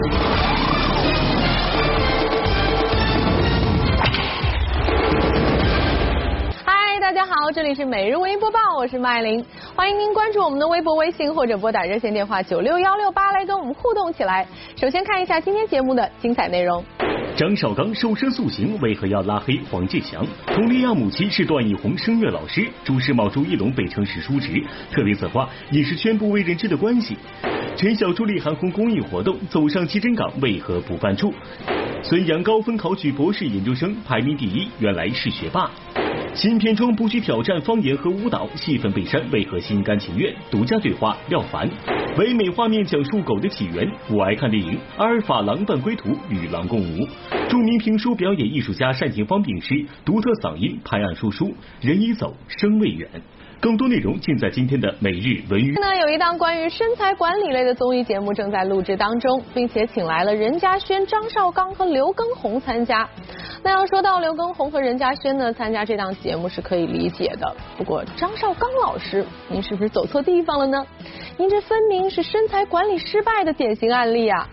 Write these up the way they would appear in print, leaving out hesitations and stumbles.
大家好，这里是每日文艺播报，我是麦琳，欢迎您关注我们的微博、微信或者拨打热线电话96168来跟我们互动起来。首先看一下今天节目的精彩内容。 张绍刚瘦身塑形，为何要拉黑黄健翔？佟丽娅母亲是段奕宏声乐老师，主持冒出一龙被称是叔侄，特别策划也是圈不为人知的关系。陈晓助力韩红公益活动走上基针岗，为何不犯怵？孙杨高分考取博士研究生，排名第1，原来是学霸。新片中不需挑战方言和舞蹈，戏份被删，为何心甘情愿？独家对话廖凡。唯美画面讲述狗的起源，我爱看电影《阿尔法狼伴归途》与狼共舞。著名评书表演艺术家单田芳病逝，独特嗓音拍案说书，人已走，声未远。更多内容尽在今天的每日文娱。 有一档关于身材管理类的综艺节目正在录制当中，并且请来了任家萱、张绍刚和刘畊宏参加。那要说到刘畊宏和任家萱呢，参加这档节目是可以理解的。不过张绍刚老师，您是不是走错地方了呢？您这分明是身材管理失败的典型案例啊！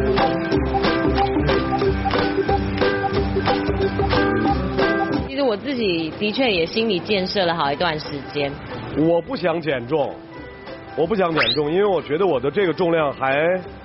其实我自己的确也心理建设了好一段时间。 我不想减重，因为我觉得我的这个重量还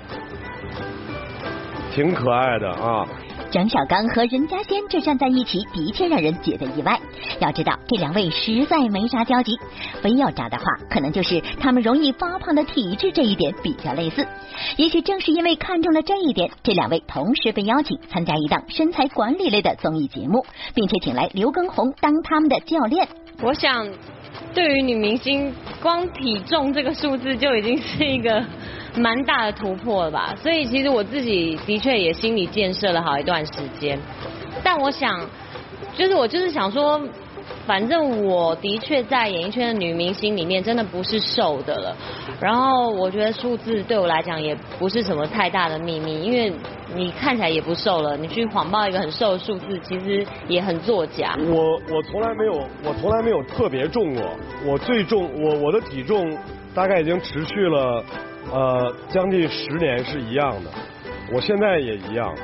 挺可爱的啊。 张绍刚和任家萱这站在一起，的确让人觉得意外。要知道，这两位实在没啥交集，非要扎的话，可能就是他们容易发胖的体质这一点比较类似。也许正是因为看中了这一点，这两位同时被邀请参加一档身材管理类的综艺节目，并且请来刘畊宏当他们的教练。 我想，对于女明星，光体重这个数字就已经是一个蛮大的突破了吧，所以其实我自己的确也心理建设了好一段时间，但我想，我就是想说，反正我的确在演艺圈的女明星里面真的不是瘦的了，然后我觉得数字对我来讲也不是什么太大的秘密，因为你看起来也不瘦了，你去谎报一个很瘦的数字，其实也很作假。 我从来没有特别重过，我最重我的体重大概已经持续了将近10年是一样的，我现在也一样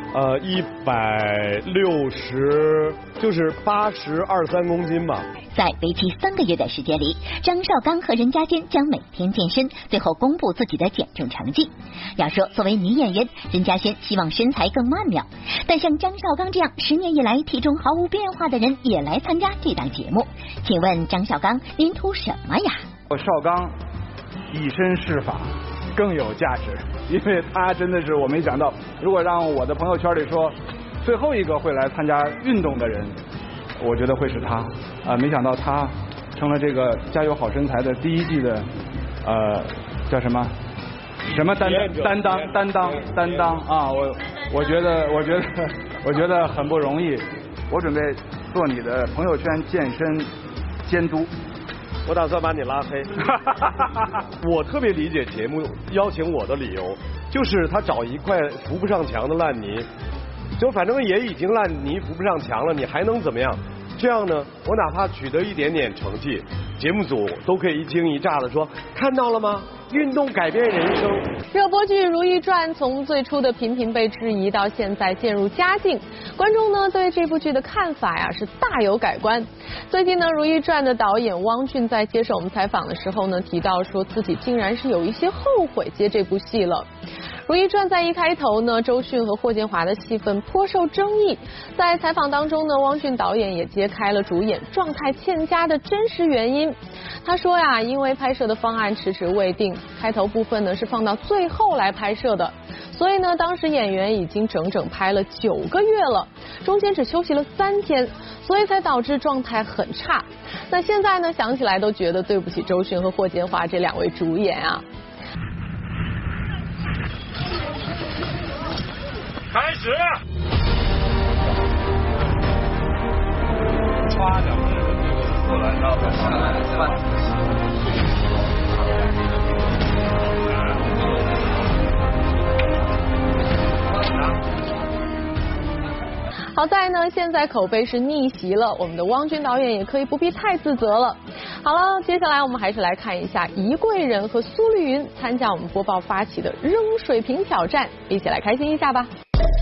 ，160就是82-3公斤吧。 在为期3个月的时间里，张绍刚和任家萱将每天健身，最后公布自己的减重成绩。要说作为女演员，任家萱希望身材更曼妙，但像张绍刚这样10年以来体重毫无变化的人也来参加这档节目，请问张绍刚，您图什么呀？ 绍刚以身试法更有价值，因为他真的是我没想到，如果让我的朋友圈里说最后一个会来参加运动的人，我觉得会是他没想到他成了这个家有好身材的第1季的叫什么担当啊，我觉得很不容易，我准备做你的朋友圈健身监督。 我打算把你拉黑。我特别理解节目邀请我的理由，就是他找一块扶不上墙的烂泥，就反正也已经烂泥扶不上墙了，你还能怎么样？这样呢，我哪怕取得一点点成绩，节目组都可以一惊一乍的说，看到了吗？运动改变人生。 热播剧《如懿传》从最初的频频被质疑到现在渐入佳境，观众呢对这部剧的看法呀是大有改观。最近呢，《如懿传》的导演汪俊在接受我们采访的时候呢，提到说自己竟然是有一些后悔接这部戏了。《如懿传》在一开头呢，周迅和霍建华的戏份颇受争议。在采访当中呢，汪俊导演也揭开了主演状态欠佳的真实原因。他说呀，因为拍摄的方案迟迟未定，开头部分呢是放到最后来拍摄的，所以呢，当时演员已经整整拍了9个月了，中间只休息了3天，所以才导致状态很差。那现在呢，想起来都觉得对不起周迅和霍建华这2位主演啊。 开始！差点过来到好在呢，现在口碑是逆袭了，我们的汪俊导演也可以不必太自责了。 好了，接下来我们还是来看一下宜贵人和苏丽云参加我们播报发起的扔水瓶挑战，一起来开心一下吧。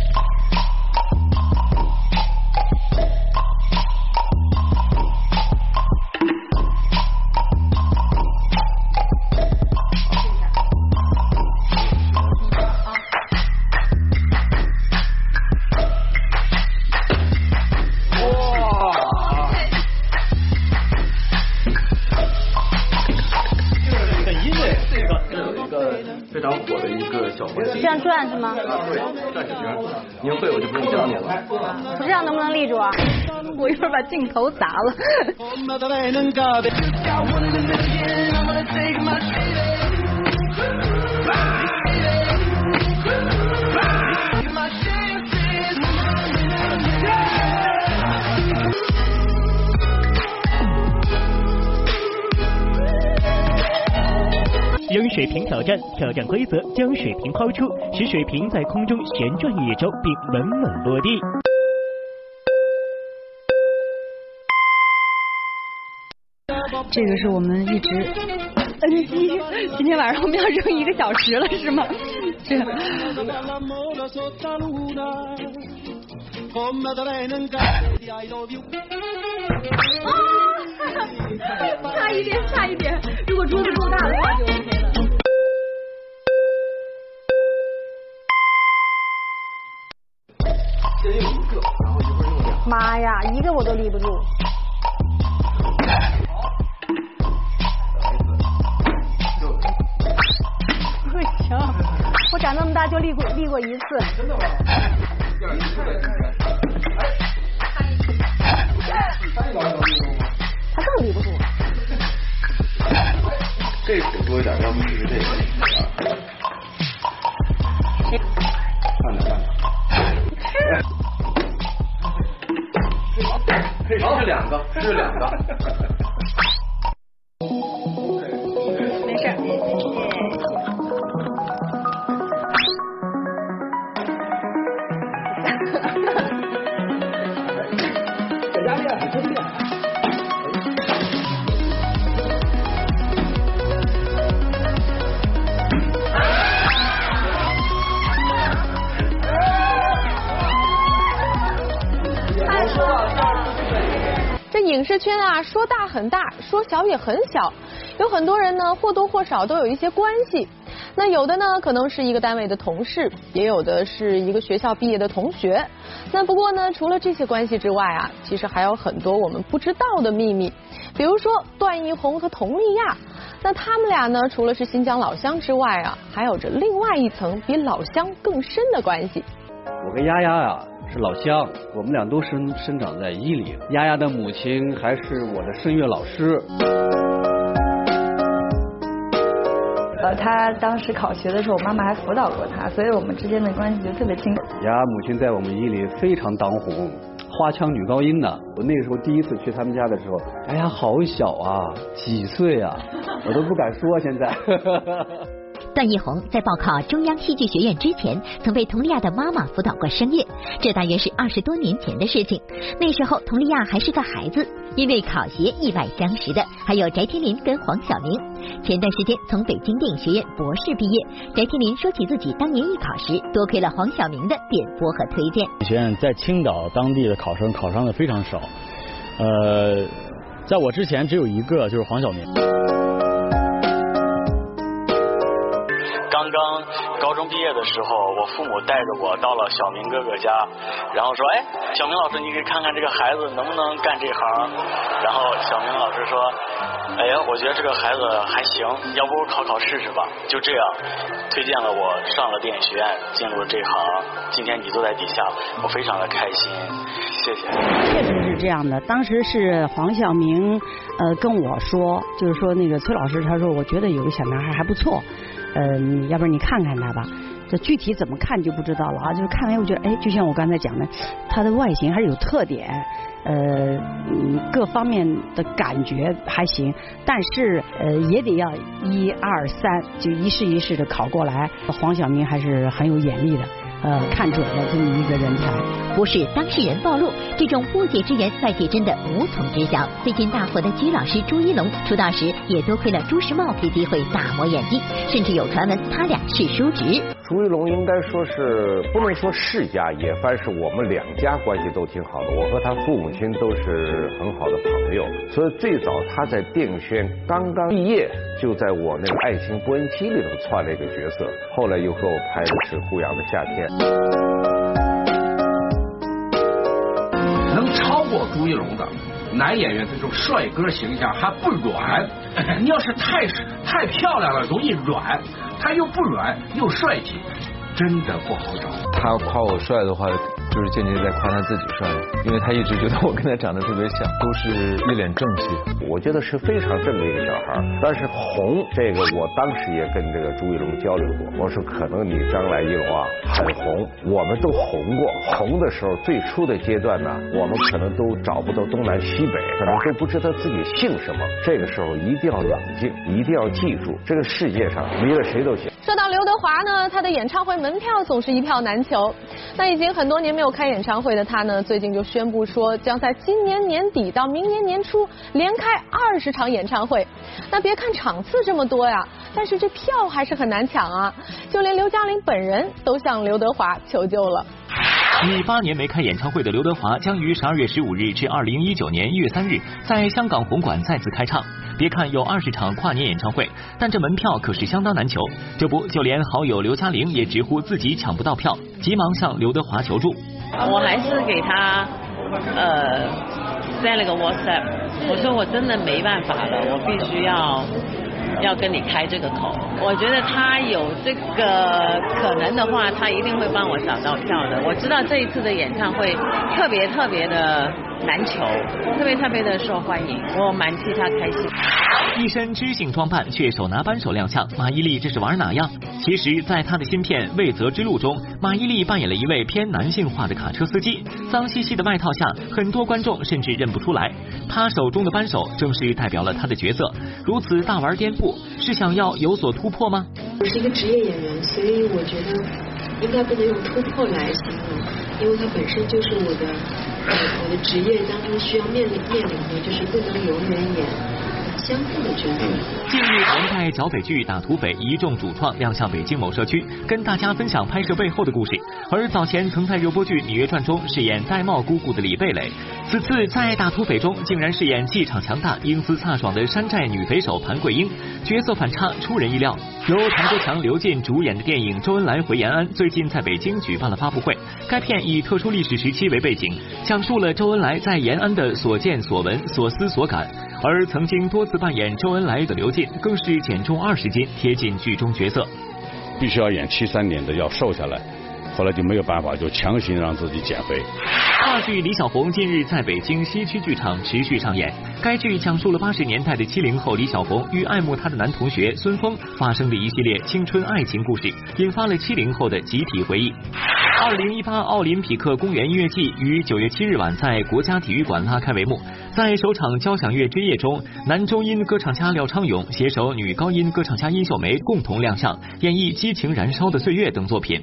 非常火的一个小环节， 这样转是吗？ 对，转小圈。您会我就不用教你了。 不知道能不能立住啊？我一会儿把镜头砸了。 扔水瓶挑战，挑战规则：将水瓶抛出，使水瓶在空中旋转1周，并稳稳落地。 这个是我们一直NG，今天晚上我们要扔1个小时了，是吗？这。差一点，如果桌子够大的话就 OK 了。 先用1个，然后一会儿用2个。 妈呀，1个我都立不住。不行，我长那么大就立过1次。 真的吗？ 他更立不住。 这个多一点，要不试试这个。慢点。可以试2个，试2个。 没事，谢谢。 在家练很真练。 这影视圈啊，说大很大，说小也很小，有很多人呢或多或少都有一些关系。那有的呢可能是一个单位的同事，也有的是一个学校毕业的同学。那不过呢，除了这些关系之外啊，其实还有很多我们不知道的秘密。比如说段奕宏和佟丽娅，那他们俩呢除了是新疆老乡之外啊，还有着另外一层比老乡更深的关系。 我跟丫丫呀是老乡，我们俩都生长在伊犁。丫丫的母亲还是我的声乐老师。 他当时考学的时候，我妈妈还辅导过他，所以我们之间的关系就特别亲。 丫丫母亲在我们伊犁非常当红，花腔女高音呢。我那个时候第一次去他们家的时候，哎呀，好小啊，几岁啊，我都不敢说现在。 段奕宏在报考中央戏剧学院之前，曾被佟丽娅的妈妈辅导过声乐，这大约是20多年前的事情。那时候佟丽娅还是个孩子，因为考学意外相识的还有翟天临跟黄晓明。前段时间从北京电影学院博士毕业，翟天临说起自己当年艺考时，多亏了黄晓明的点拨和推荐。 学院在青岛当地的考生考上的非常少，在我之前只有1个，就是黄晓明。 刚刚高中毕业的时候，我父母带着我到了小明哥哥家，然后说，哎，小明老师，你可以看看这个孩子能不能干这行。然后小明老师说，哎呀，我觉得这个孩子还行，要不考试试吧。就这样推荐了我上了电影学院，进入了这行。今天你坐在底下，我非常的开心，谢谢。 确实是这样的，当时是黄晓明跟我说，就是说那个崔老师，他说我觉得有个小男孩还不错。要不然你看看他吧，这具体怎么看就不知道了啊。就是看完我觉得，哎，就像我刚才讲的，他的外形还是有特点，各方面的感觉还行，但是也得要1、2、3，就一试一试的考过来。黄晓明还是很有眼力的， 看准了这么一个人才。 不是当事人暴露，这种不解之缘，外界真的无从知晓。最近大火的居老师朱一龙出道时，也多亏了朱时茂给机会大磨眼睛，甚至有传闻他俩是叔侄。 朱一龙应该说是不能说世家，也算是我们两家关系都挺好的。我和他父母亲都是很好的朋友，所以最早他在电影学院刚刚毕业，就在我那个《爱情不恩妻》里头串了一个角色，后来又和我拍的是《胡杨的夏天》。 能超过朱一龙的男演员这种帅哥形象还不软，你要是太漂亮了容易软，他又不软又帅气，真的不好找。 他夸我帅的话，就是间接在夸他自己帅，因为他一直觉得我跟他长得特别像，都是一脸正气。 我觉得是非常正的一个小孩，但是红这个，我当时也跟这个朱一龙交流过，我说可能你将来一龙啊很红，我们都红过，红的时候最初的阶段呢，我们可能都找不到东南西北，可能都不知道自己姓什么，这个时候一定要冷静，一定要记住，这个世界上离了谁都行。 说到刘德华呢，他的演唱会门票总是一票难求。那已经很多年没有开演唱会的他呢，最近就宣布说，将在今年年底到明年年初连开20场演唱会。那别看场次这么多呀，但是这票还是很难抢啊。就连刘嘉玲本人都向刘德华求救了。 已8年没开演唱会的刘德华将于12月15日至2019年1月3日在香港红馆再次开唱。别看有20场跨年演唱会，但这门票可是相当难求。这不，就连好友刘嘉玲也直呼自己抢不到票，急忙向刘德华求助。 我还是给他send 了个 WhatsApp， 我说我真的没办法了，我必须要跟你开这个口。我觉得他有这个可能的话，他一定会帮我找到票的。我知道这一次的演唱会特别的难求，特别的受欢迎，我蛮替他开心。 一身知性装扮却手拿扳手亮相，马伊琍这是玩哪样？其实在她的新片《未择之路》中，马伊琍扮演了一位偏男性化的卡车司机，脏兮兮的外套下，很多观众甚至认不出来。她手中的扳手正是代表了她的角色。如此大玩颠覆，是想要有所突破吗？ 我是一个职业演员，所以我觉得应该不能用突破来形容，因为它本身就是我的职业当中需要面临的，就是不能永远演相似的角色。 近日，连带剿匪剧《打土匪》一众主创亮相北京某社区，跟大家分享拍摄背后的故事。而早前曾在热播剧《芈月传》中饰演玳瑁姑姑的李贝蕾，此次在《打土匪》中竟然饰演气场强大、英姿飒爽的山寨女匪首潘桂英，角色反差出人意料。由唐国强、刘进主演的电影《周恩来回延安》最近在北京举办了发布会。该片以特殊历史时期为背景，讲述了周恩来在延安的所见所闻、所思所感。而曾经多次扮演周恩来的刘进，更是减重20斤，贴近剧中角色。 必须要演73年的，要瘦下来，后来就没有办法，就强行让自己减肥。 话剧《李小红》近日在北京西区剧场持续上演。该剧讲述了80年代的70后李小红与爱慕她的男同学孙峰发生的一系列青春爱情故事，引发了70后的集体回忆。2018奥林匹克公园音乐季于9月7日晚在国家体育馆拉开帷幕。在首场交响乐之夜中，男中音歌唱家廖昌永携手女高音歌唱家殷秀梅共同亮相，演绎《激情燃烧的岁月》等作品。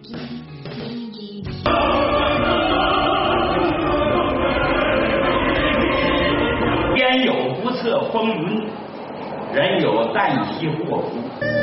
天有不测风云，人有旦夕祸福。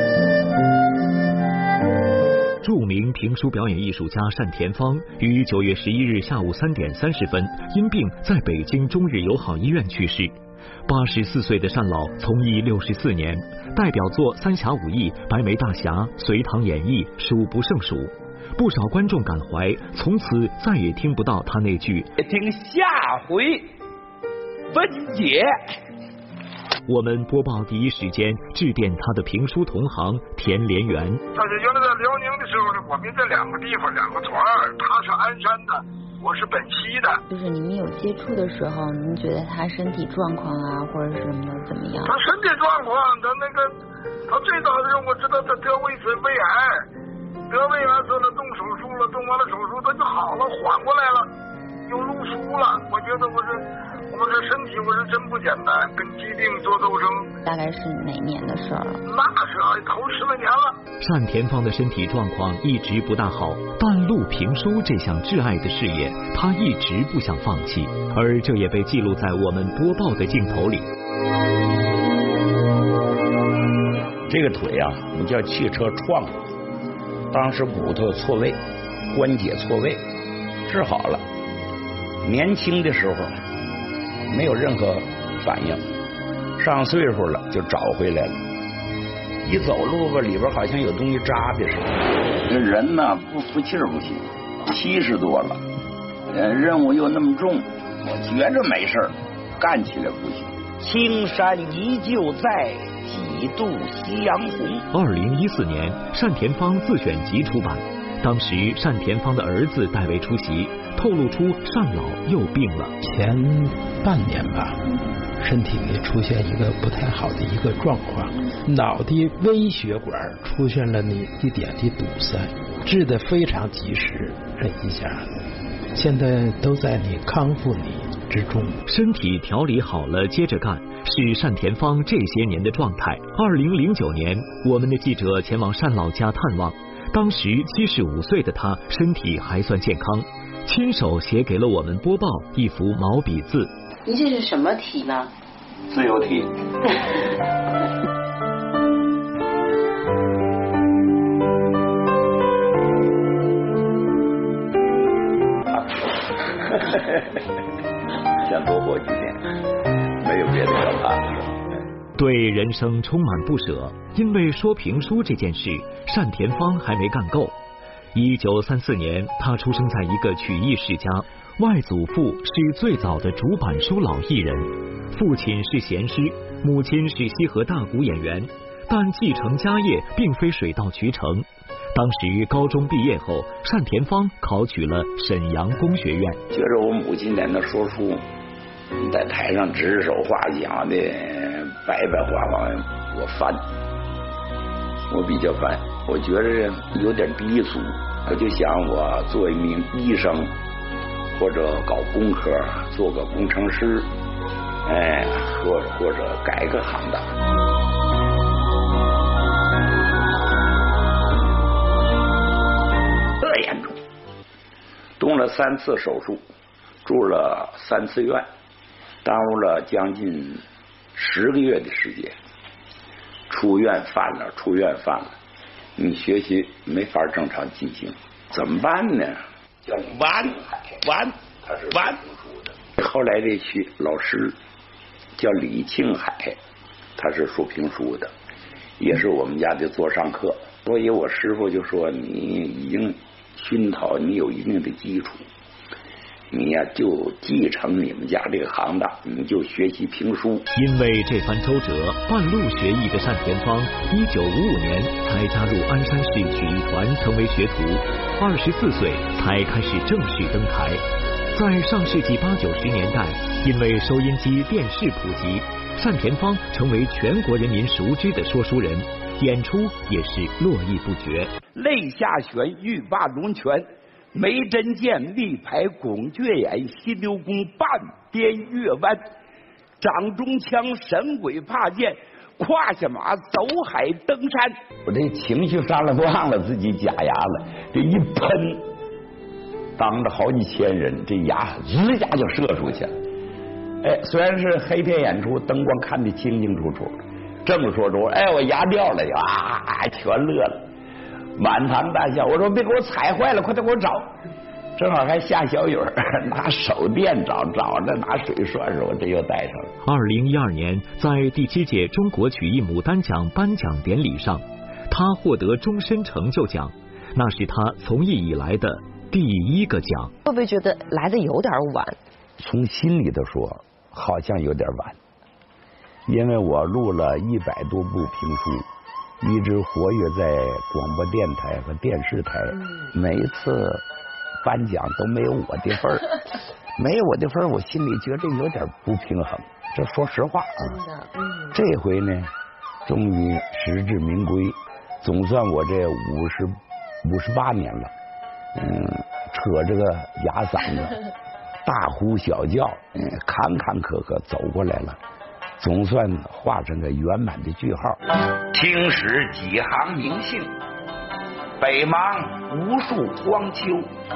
著名评书表演艺术家单田芳于9月11日下午3点30分因病在北京中日友好医院去世。84岁的单老从艺64年，代表作《三侠五义》《白眉大侠》《隋唐演义》数不胜数。不少观众感怀，从此再也听不到他那句 “听下回分解”。 我们播报第一时间致电他的评书同行田连元。 但是原来在辽宁的时候呢，我们在2个地方2个团，他是鞍山的，我是本溪的。 就是你们有接触的时候，您觉得他身体状况啊，或者什么的怎么样？ 他身体状况，他最早的时候我知道他得胃癌，得胃癌之后呢动手术了，动完了手术他就好了，缓过来了，又入书了。我觉得我这身体我是真不简单，跟疾病做斗争。 大概是哪年的事儿了？ 那是头10来年了。 单田芳的身体状况一直不大好，但录评书这项挚爱的事业，他一直不想放弃，而这也被记录在我们播报的镜头里。 这个腿啊，我们叫汽车撞了，当时骨头错位，关节错位，治好了。年轻的时候没有任何反应，上岁数了就找回来了。一走路吧，里边好像有东西扎的似的。 这人呢，不服气儿不行，70多了，任务又那么重，我觉着没事儿，干起来不行。 青山依旧在，几度夕阳红。 2014年，单田芳自选集出版，当时单田芳的儿子代为出席，透露出单老又病了。 前半年吧，身体里出现一个不太好的一个状况，脑的微血管出现了一点的堵塞，治得非常及时，这一下现在都在你康复之中。 身体调理好了接着干，是单田芳这些年的状态。2009年，我们的记者前往单老家探望，当时75岁的他身体还算健康，亲手写给了我们播报一幅毛笔字。 您这是什么体呢？ 自由体。 想多活几天，没有别的可怕的事。 对人生充满不舍，因为说评书这件事，单田芳还没干够。1934年，他出生在一个曲艺世家，外祖父是最早的竹板书老艺人，父亲是弦师，母亲是西河大鼓演员，但继承家业并非水到渠成。当时高中毕业后，单田芳考取了沈阳工学院。 觉着我母亲在那说书，在台上指手画脚的白话，我比较烦，我觉着有点低俗，我就想我做一名医生，或者搞工科，做个工程师，或者改个行当。特严重，动了3次手术，住了3次院，耽误了将近10个月的时间。出院犯了，你学习没法正常进行，怎么办呢？叫完，他是完。后来这区老师叫李庆海，他是说评书的，也是我们家的座上客。所以我师傅就说，你已经熏陶，你有一定的基础，你呀就继承你们家这个行当，你就学习评书。 因为这番周折，半路学艺的单田芳1955年才加入鞍山市曲艺团，成为学徒。24岁才开始正式登台。在上世纪80、90年代，因为收音机、电视普及，单田芳成为全国人民熟知的说书人，演出也是络绎不绝。 肋下旋，欲罢龙拳，眉针剑，力排拱绝眼，心流弓，半边月弯，掌中枪，神鬼怕剑，胯下马，走海登山。我这情绪上来，忘了自己假牙了，这一喷，当着好几千人，这牙一下就射出去了。虽然是黑天演出，灯光看得清清楚楚，正说着，我牙掉了，全乐了，满堂大笑。我说别给我踩坏了，快点给我找。正好还下小雨，拿手电找着，拿水涮着，我这又带上了。 2012年，在第7届中国曲艺牡丹奖颁奖典礼上，他获得终身成就奖，那是他从艺以来的第1个奖。 会不会觉得来的有点晚？ 从心里头说，好像有点晚，因为我录了100多部评书，一直活跃在广播电台和电视台，每一次颁奖都没有我的份儿，没有我的份儿，我心里觉得有点不平衡。这说实话啊，这回呢，终于实至名归，总算我这58年了，扯着个哑嗓子，大呼小叫，坎坎坷坷走过来了，总算画上个圆满的句号。听史几行名姓， 北邙无数荒丘。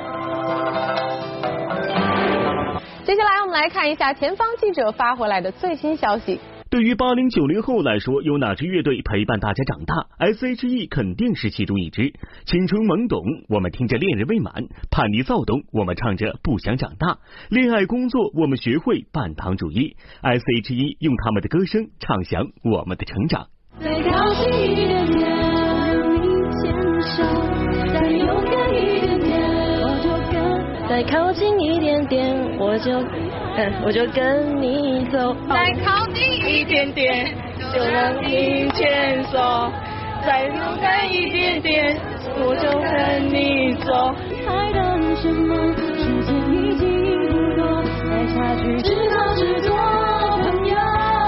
接下来我们来看一下前方记者发回来的最新消息。 对于80、90后来说，有哪支乐队陪伴大家长大 ？S.H.E 肯定是其中一支。青春懵懂，我们听着恋人未满；叛逆躁动，我们唱着不想长大；恋爱工作，我们学会半糖主义。S.H.E 用他们的歌声唱响我们的成长。 再靠近一点点，你牵手，再勇敢一点点，我就跟。再靠近一点点，我就跟你走。 再靠近一点点，就让你牵手。再勇敢一点点，我就跟你走。还等什么？时间已经不多，再下去只好只做朋友。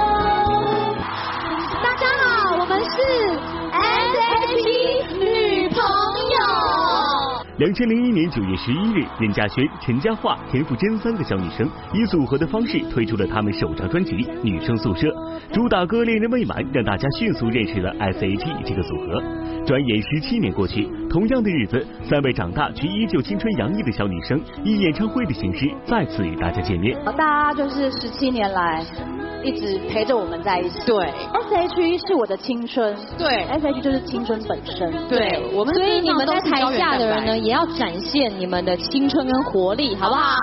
大家好，我们是 S.H.E 女朋友。 2001年9月11日，任嘉萱、陈嘉桦、田馥甄3个小女生以组合的方式推出了他们首张专辑《女生宿舍》，主打歌《恋人未满》让大家迅速认识了 S.H.E 这个组合。转眼17年过去，同样的日子，3位长大却依旧青春洋溢的小女生以演唱会的形式再次与大家见面。 大家就是17年来一直陪着我们在一起。对 ，S.H.E 是我的青春。对 ，S.H.E 就是青春本身。 对，我们所以你们在台下的人呢，也要展现你们的青春跟活力，好不好？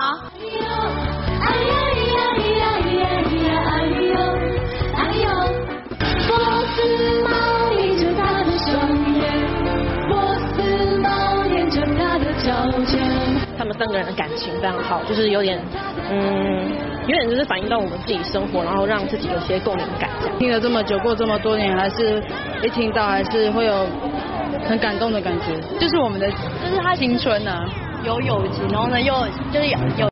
波斯猫眯着它的双眼，波斯猫踮着它的脚尖。 他们3个人的感情非常好，就是有点就是反映到我们自己生活，然后让自己有些共鸣感。 听了这么久，过这么多年，还是一听到还是会有很感动的感觉。就是我们的，就是他青春啊，有友情，然后呢又就是有